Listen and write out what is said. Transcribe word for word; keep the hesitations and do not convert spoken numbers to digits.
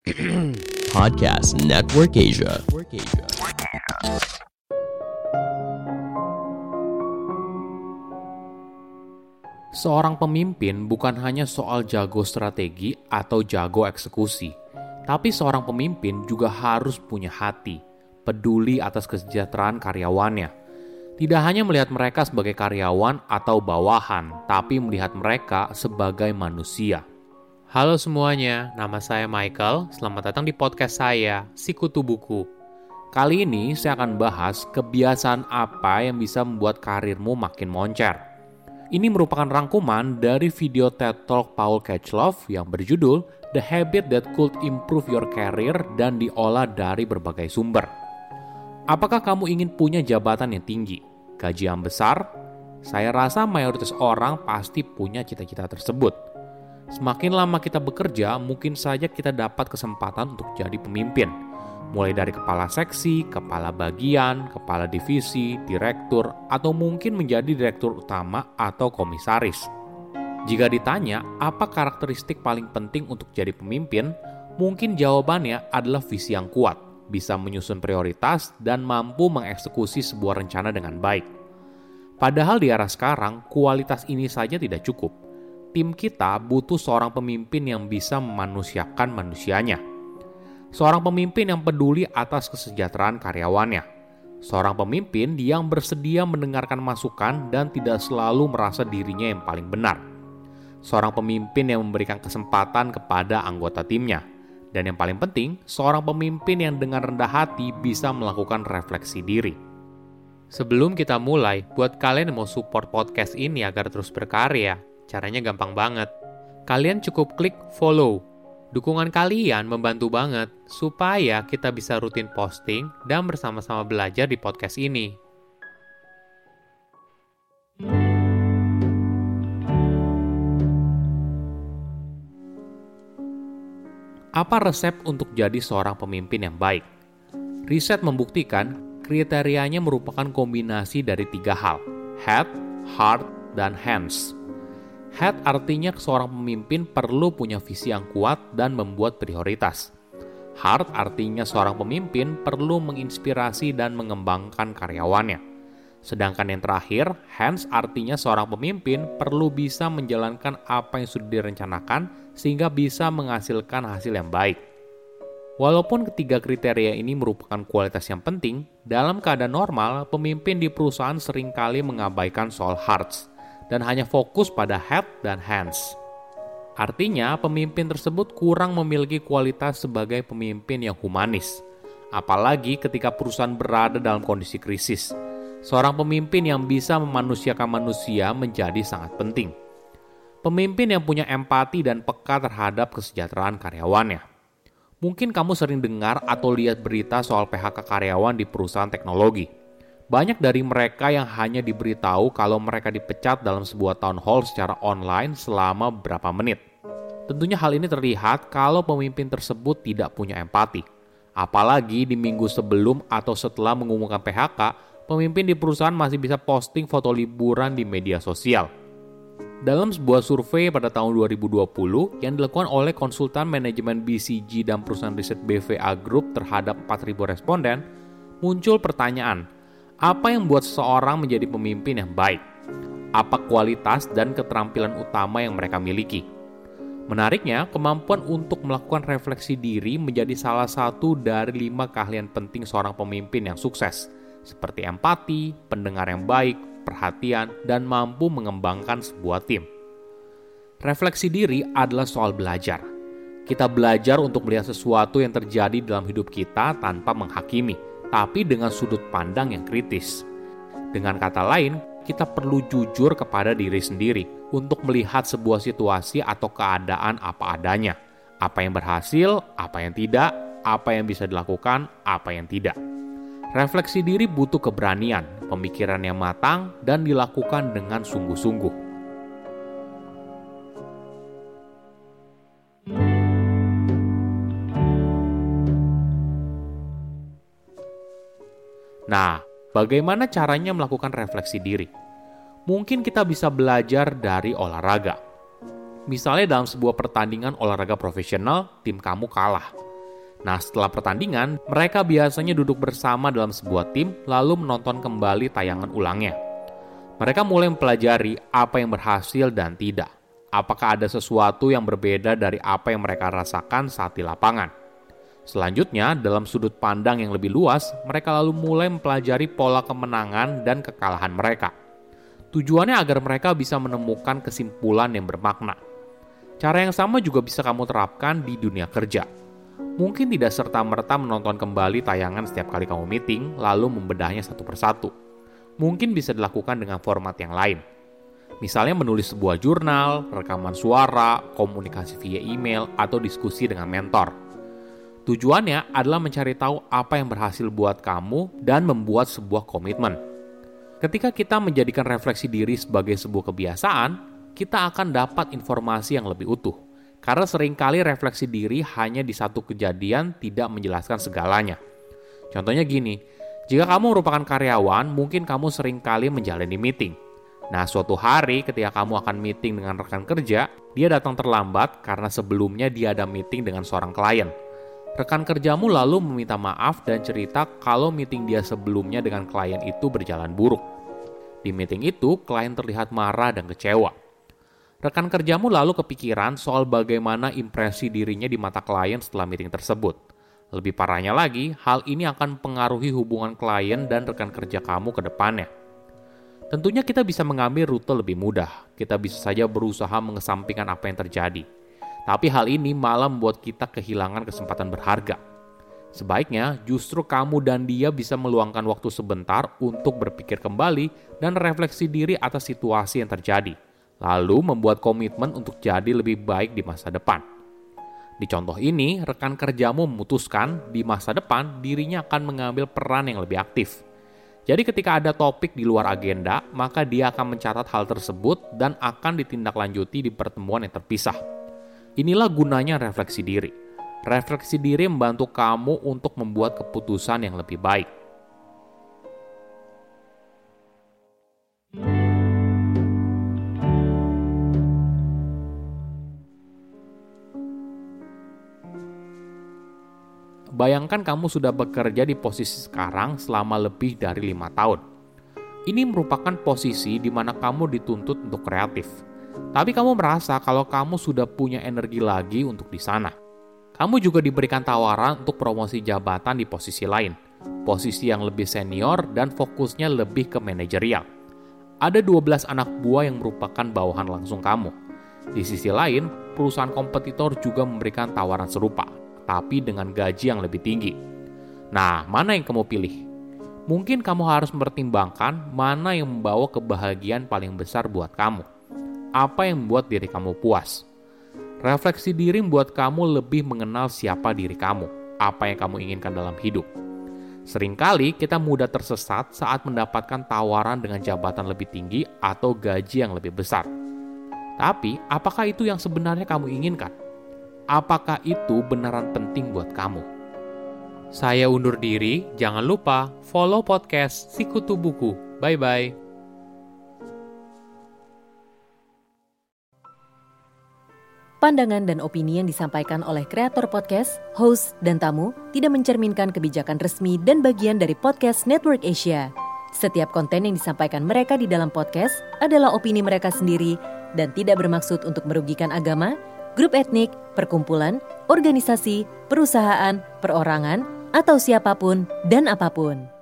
Podcast Network Asia. Seorang pemimpin bukan hanya soal jago strategi atau jago eksekusi, tapi seorang pemimpin juga harus punya hati, peduli atas kesejahteraan karyawannya. Tidak hanya melihat mereka sebagai karyawan atau bawahan, tapi melihat mereka sebagai manusia. Halo semuanya, nama saya Michael. Selamat datang di podcast saya, Sikutu Buku. Kali ini saya akan bahas kebiasaan apa yang bisa membuat karirmu makin moncer. Ini merupakan rangkuman dari video TED Talk Paul Ketchloff yang berjudul The Habit That Could Improve Your Career dan diolah dari berbagai sumber. Apakah kamu ingin punya jabatan yang tinggi, gaji yang besar? Saya rasa mayoritas orang pasti punya cita-cita tersebut. Semakin lama kita bekerja, mungkin saja kita dapat kesempatan untuk jadi pemimpin. Mulai dari kepala seksi, kepala bagian, kepala divisi, direktur, atau mungkin menjadi direktur utama atau komisaris. Jika ditanya, apa karakteristik paling penting untuk jadi pemimpin? Mungkin jawabannya adalah visi yang kuat, bisa menyusun prioritas, dan mampu mengeksekusi sebuah rencana dengan baik. Padahal di era sekarang, kualitas ini saja tidak cukup. Tim kita butuh seorang pemimpin yang bisa memanusiakan manusianya. Seorang pemimpin yang peduli atas kesejahteraan karyawannya. Seorang pemimpin yang bersedia mendengarkan masukan dan tidak selalu merasa dirinya yang paling benar. Seorang pemimpin yang memberikan kesempatan kepada anggota timnya. Dan yang paling penting, seorang pemimpin yang dengan rendah hati bisa melakukan refleksi diri. Sebelum kita mulai, buat kalian yang mau support podcast ini agar terus berkarya, caranya gampang banget. Kalian cukup klik follow. Dukungan kalian membantu banget supaya kita bisa rutin posting dan bersama-sama belajar di podcast ini. Apa resep untuk jadi seorang pemimpin yang baik? Riset membuktikan kriterianya merupakan kombinasi dari tiga hal: head, heart, dan hands. Head artinya seorang pemimpin perlu punya visi yang kuat dan membuat prioritas. Heart artinya seorang pemimpin perlu menginspirasi dan mengembangkan karyawannya. Sedangkan yang terakhir, hands artinya seorang pemimpin perlu bisa menjalankan apa yang sudah direncanakan sehingga bisa menghasilkan hasil yang baik. Walaupun ketiga kriteria ini merupakan kualitas yang penting, dalam keadaan normal, pemimpin di perusahaan seringkali mengabaikan soal hearts dan hanya fokus pada head dan hands. Artinya, pemimpin tersebut kurang memiliki kualitas sebagai pemimpin yang humanis. Apalagi ketika perusahaan berada dalam kondisi krisis. Seorang pemimpin yang bisa memanusiakan manusia menjadi sangat penting. Pemimpin yang punya empati dan peka terhadap kesejahteraan karyawannya. Mungkin kamu sering dengar atau lihat berita soal P H K karyawan di perusahaan teknologi. Banyak dari mereka yang hanya diberitahu kalau mereka dipecat dalam sebuah town hall secara online selama beberapa menit. Tentunya hal ini terlihat kalau pemimpin tersebut tidak punya empati. Apalagi di minggu sebelum atau setelah mengumumkan P H K, pemimpin di perusahaan masih bisa posting foto liburan di media sosial. Dalam sebuah survei pada tahun dua ribu dua puluh yang dilakukan oleh konsultan manajemen B C G dan perusahaan riset B V A Group terhadap empat ribu responden, muncul pertanyaan, apa yang membuat seseorang menjadi pemimpin yang baik? Apa kualitas dan keterampilan utama yang mereka miliki? Menariknya, kemampuan untuk melakukan refleksi diri menjadi salah satu dari lima keahlian penting seorang pemimpin yang sukses, seperti empati, pendengar yang baik, perhatian, dan mampu mengembangkan sebuah tim. Refleksi diri adalah soal belajar. Kita belajar untuk melihat sesuatu yang terjadi dalam hidup kita tanpa menghakimi, tapi dengan sudut pandang yang kritis. Dengan kata lain, kita perlu jujur kepada diri sendiri untuk melihat sebuah situasi atau keadaan apa adanya. Apa yang berhasil, apa yang tidak, apa yang bisa dilakukan, apa yang tidak. Refleksi diri butuh keberanian, pemikiran yang matang, dan dilakukan dengan sungguh-sungguh. Nah, bagaimana caranya melakukan refleksi diri? Mungkin kita bisa belajar dari olahraga. Misalnya dalam sebuah pertandingan olahraga profesional, tim kamu kalah. Nah, setelah pertandingan, mereka biasanya duduk bersama dalam sebuah tim lalu menonton kembali tayangan ulangnya. Mereka mulai mempelajari apa yang berhasil dan tidak. Apakah ada sesuatu yang berbeda dari apa yang mereka rasakan saat di lapangan. Selanjutnya, dalam sudut pandang yang lebih luas, mereka lalu mulai mempelajari pola kemenangan dan kekalahan mereka. Tujuannya agar mereka bisa menemukan kesimpulan yang bermakna. Cara yang sama juga bisa kamu terapkan di dunia kerja. Mungkin tidak serta-merta menonton kembali tayangan setiap kali kamu meeting, lalu membedahnya satu persatu. Mungkin bisa dilakukan dengan format yang lain. Misalnya menulis sebuah jurnal, rekaman suara, komunikasi via email, atau diskusi dengan mentor. Tujuannya adalah mencari tahu apa yang berhasil buat kamu dan membuat sebuah komitmen. Ketika kita menjadikan refleksi diri sebagai sebuah kebiasaan, kita akan dapat informasi yang lebih utuh. Karena seringkali refleksi diri hanya di satu kejadian tidak menjelaskan segalanya. Contohnya gini, jika kamu merupakan karyawan, mungkin kamu seringkali menjalani meeting. Nah, suatu hari ketika kamu akan meeting dengan rekan kerja, dia datang terlambat karena sebelumnya dia ada meeting dengan seorang klien. Rekan kerjamu lalu meminta maaf dan cerita kalau meeting dia sebelumnya dengan klien itu berjalan buruk. Di meeting itu, klien terlihat marah dan kecewa. Rekan kerjamu lalu kepikiran soal bagaimana impresi dirinya di mata klien setelah meeting tersebut. Lebih parahnya lagi, hal ini akan mempengaruhi hubungan klien dan rekan kerja kamu ke depannya. Tentunya kita bisa mengambil rute lebih mudah. Kita bisa saja berusaha mengesampingkan apa yang terjadi. Tapi hal ini malah membuat kita kehilangan kesempatan berharga. Sebaiknya justru kamu dan dia bisa meluangkan waktu sebentar untuk berpikir kembali dan refleksi diri atas situasi yang terjadi. Lalu membuat komitmen untuk jadi lebih baik di masa depan. Di contoh ini, rekan kerjamu memutuskan di masa depan dirinya akan mengambil peran yang lebih aktif. Jadi ketika ada topik di luar agenda, maka dia akan mencatat hal tersebut dan akan ditindaklanjuti di pertemuan yang terpisah. Inilah gunanya refleksi diri. Refleksi diri membantu kamu untuk membuat keputusan yang lebih baik. Bayangkan kamu sudah bekerja di posisi sekarang selama lebih dari lima tahun. Ini merupakan posisi di mana kamu dituntut untuk kreatif. Tapi kamu merasa kalau kamu sudah punya energi lagi untuk di sana. Kamu juga diberikan tawaran untuk promosi jabatan di posisi lain. Posisi yang lebih senior dan fokusnya lebih ke manajerial. Ada dua belas anak buah yang merupakan bawahan langsung kamu. Di sisi lain, perusahaan kompetitor juga memberikan tawaran serupa, tapi dengan gaji yang lebih tinggi. Nah, mana yang kamu pilih? Mungkin kamu harus mempertimbangkan mana yang membawa kebahagiaan paling besar buat kamu. Apa yang membuat diri kamu puas? Refleksi diri membuat kamu lebih mengenal siapa diri kamu, apa yang kamu inginkan dalam hidup. Seringkali kita mudah tersesat saat mendapatkan tawaran dengan jabatan lebih tinggi atau gaji yang lebih besar. Tapi, apakah itu yang sebenarnya kamu inginkan? Apakah itu beneran penting buat kamu? Saya undur diri, jangan lupa follow podcast Sikutu Buku. Bye-bye. Pandangan dan opini yang disampaikan oleh kreator podcast, host, dan tamu tidak mencerminkan kebijakan resmi dan bagian dari podcast Network Asia. Setiap konten yang disampaikan mereka di dalam podcast adalah opini mereka sendiri dan tidak bermaksud untuk merugikan agama, grup etnik, perkumpulan, organisasi, perusahaan, perorangan, atau siapapun dan apapun.